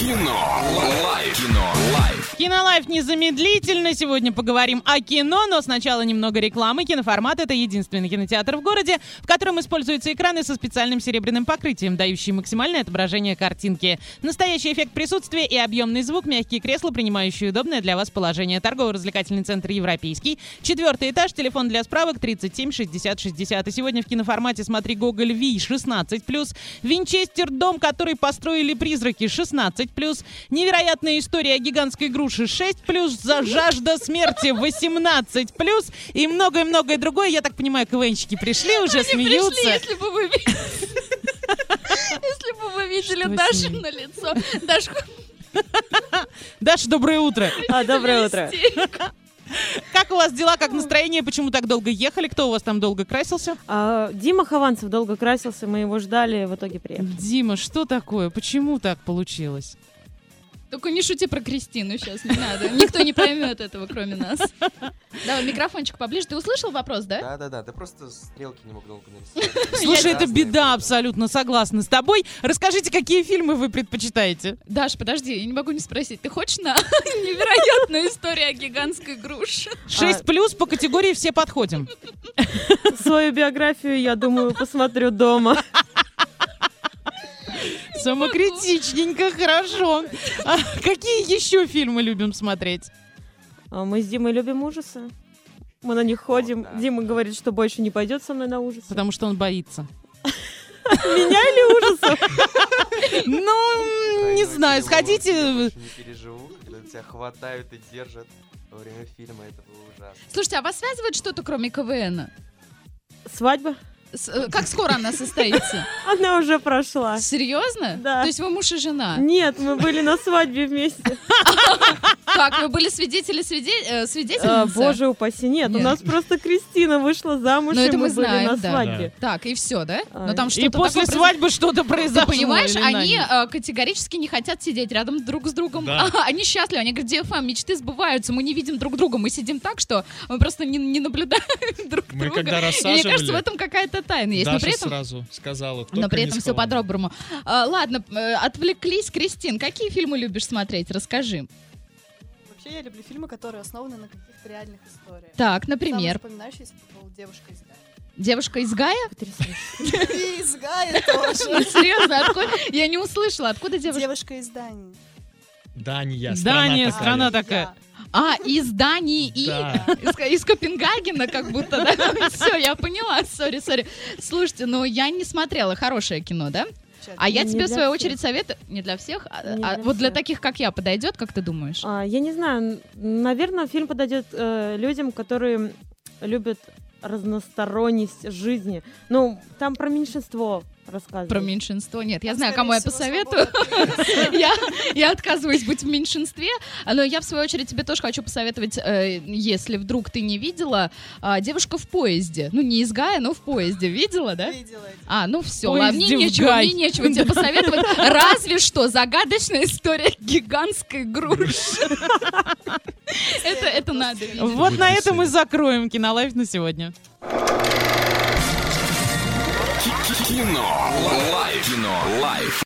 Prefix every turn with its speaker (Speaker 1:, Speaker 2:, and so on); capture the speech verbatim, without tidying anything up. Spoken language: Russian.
Speaker 1: Кино. Лайф. Кино. Лайф.
Speaker 2: Кинолайф незамедлительно. Сегодня поговорим о кино, но сначала немного рекламы. Киноформат — это единственный кинотеатр в городе, в котором используются экраны со специальным серебряным покрытием, дающие максимальное отображение картинки. Настоящий эффект присутствия и объемный звук, мягкие кресла, принимающие удобное для вас положение. Торгово-развлекательный центр «Европейский». Четвертый этаж, телефон для справок тридцать семь шестьдесят шестьдесят. И сегодня в киноформате смотри «Гоголь Ви» шестнадцать плюс, «Винчестер. Дом, который построили призраки» шестнадцать плюс, «Невероятная история о гигантской груши» шесть плюс, «Жажда смерти» восемнадцать плюс и многое-многое другое. Я так понимаю, КВНщики пришли уже,
Speaker 3: Они
Speaker 2: смеются.
Speaker 3: пришли, если бы вы видели, если бы вы видели Дашу на лицо. Дашку.
Speaker 2: Даша, доброе утро.
Speaker 4: А, доброе утро.
Speaker 2: Как у вас дела, как настроение, почему так долго ехали, кто у вас там долго красился?
Speaker 4: А, Дима Хованцев долго красился, мы его ждали, в итоге приехал.
Speaker 2: Дима, что такое? Почему так получилось?
Speaker 3: Только не шути про Кристину сейчас, не надо. Никто не поймет этого, кроме нас. Давай, микрофончик поближе. Ты услышал вопрос, да?
Speaker 5: Да-да-да, ты просто стрелки не мог долго нарисовать.
Speaker 2: Слушай, это
Speaker 5: Разные
Speaker 2: беда,
Speaker 5: были.
Speaker 2: абсолютно согласна с тобой. Расскажите, какие фильмы вы предпочитаете?
Speaker 3: Даш, подожди, я не могу не спросить. Ты хочешь на невероятную историю о гигантской груше?
Speaker 2: шесть плюс по категории все подходим.
Speaker 4: Свою биографию, я думаю, посмотрю дома.
Speaker 2: Самокритичненько, хорошо. А какие еще фильмы любим смотреть?
Speaker 4: А мы с Димой любим ужасы. Мы на них ходим.
Speaker 5: да.
Speaker 4: Дима говорит, что больше не пойдет со мной на ужасы.
Speaker 2: Потому что он боится.
Speaker 4: Меня или ужасов?
Speaker 2: Ну, не
Speaker 5: Тройной
Speaker 2: знаю,
Speaker 5: перелом,
Speaker 2: сходите...
Speaker 5: я больше не переживу, когда тебя хватают и держат во время фильма, это было ужасно.
Speaker 3: Слушайте, а вас связывает что-то, кроме КВНа?
Speaker 4: Свадьба?
Speaker 3: С- э, Как скоро она состоится?
Speaker 4: Она уже прошла.
Speaker 3: Серьезно?
Speaker 4: Да.
Speaker 3: То есть вы муж и жена?
Speaker 4: Нет, мы были на свадьбе вместе.
Speaker 3: Как, вы были свидетели, свиде- э,
Speaker 4: А,
Speaker 3: свидетельницы?
Speaker 4: Боже упаси, нет. У
Speaker 3: Нет.
Speaker 4: нас просто Кристина вышла замуж,
Speaker 3: Ну,
Speaker 4: и
Speaker 3: это
Speaker 4: мы
Speaker 3: мы
Speaker 4: были
Speaker 3: знаем,
Speaker 4: на
Speaker 3: да.
Speaker 4: свадьбе.
Speaker 3: Так, и все, да?
Speaker 4: А,
Speaker 3: Но там
Speaker 4: и
Speaker 3: что-то
Speaker 2: И после
Speaker 3: такое
Speaker 2: свадьбы что-то
Speaker 3: Ты
Speaker 2: произошло.
Speaker 3: понимаешь,
Speaker 2: или
Speaker 3: они
Speaker 2: нет?
Speaker 3: э, категорически не хотят сидеть рядом друг с другом.
Speaker 6: Да.
Speaker 3: А, они счастливы. Они говорят, ди эф эм, мечты сбываются. Мы не видим друг друга. Мы сидим так, что мы просто не, не наблюдаем друг
Speaker 6: Мы
Speaker 3: друга.
Speaker 6: когда
Speaker 3: И мне
Speaker 6: рассаживали,
Speaker 3: кажется, в этом какая-то тайна есть. Но
Speaker 6: Даша
Speaker 3: при этом,
Speaker 6: сразу сказала,
Speaker 3: но при этом все
Speaker 6: по
Speaker 3: по-доброму. А, ладно, э, отвлеклись. Кристин, какие фильмы любишь смотреть? Расскажи.
Speaker 7: Вообще я люблю фильмы, которые основаны на каких-то реальных историях.
Speaker 3: Так, например,
Speaker 7: Самый запоминающийся был «Девушка из Гая».
Speaker 3: «Девушка из Гая»?
Speaker 7: И из Гая тоже.
Speaker 3: Серьезно, откуда? Я не услышала. Откуда девушка?
Speaker 7: Девушка из Дании.
Speaker 6: Дания, страна
Speaker 2: Дания,
Speaker 6: такая.
Speaker 2: страна такая.
Speaker 3: А, из Дании и
Speaker 6: Да.
Speaker 3: из, из Копенгагена, как будто, да? Все, я поняла, сори, сори. Слушайте, ну я не смотрела хорошее кино, да? А я
Speaker 4: Не
Speaker 3: тебе, в
Speaker 4: для
Speaker 3: свою
Speaker 4: всех.
Speaker 3: очередь, советую... Не для всех? а-
Speaker 4: Не
Speaker 3: а
Speaker 4: для
Speaker 3: вот для
Speaker 4: всех.
Speaker 3: таких, как я, подойдет, как ты думаешь?
Speaker 4: А, я не знаю, н- наверное, фильм подойдет э, людям, которые любят разносторонность жизни. Ну, там про меньшинство рассказывают.
Speaker 3: Про меньшинство? Нет, я
Speaker 7: Там,
Speaker 3: знаю,
Speaker 7: скорее
Speaker 3: кому я
Speaker 7: всего,
Speaker 3: посоветую.
Speaker 7: свобода.
Speaker 3: Я, я отказываюсь быть в меньшинстве, но я, в свою очередь, тебе тоже хочу посоветовать, э, если вдруг ты не видела, а, «Девушка в поезде». Ну, не из Гая, но в поезде. Видела, да?
Speaker 7: Видела это.
Speaker 3: А, ну все,
Speaker 2: Поезде
Speaker 3: ладно, мне
Speaker 2: в
Speaker 3: нечего,
Speaker 2: Гай.
Speaker 3: мне нечего тебе посоветовать. Разве что загадочная история гигантской груши. Это, это надо видеть.
Speaker 2: Вот
Speaker 6: Будет
Speaker 2: на этом мы
Speaker 6: веселее.
Speaker 2: закроем Кинолайф на сегодня.
Speaker 1: Кино. Лайф. Кино. Лайф.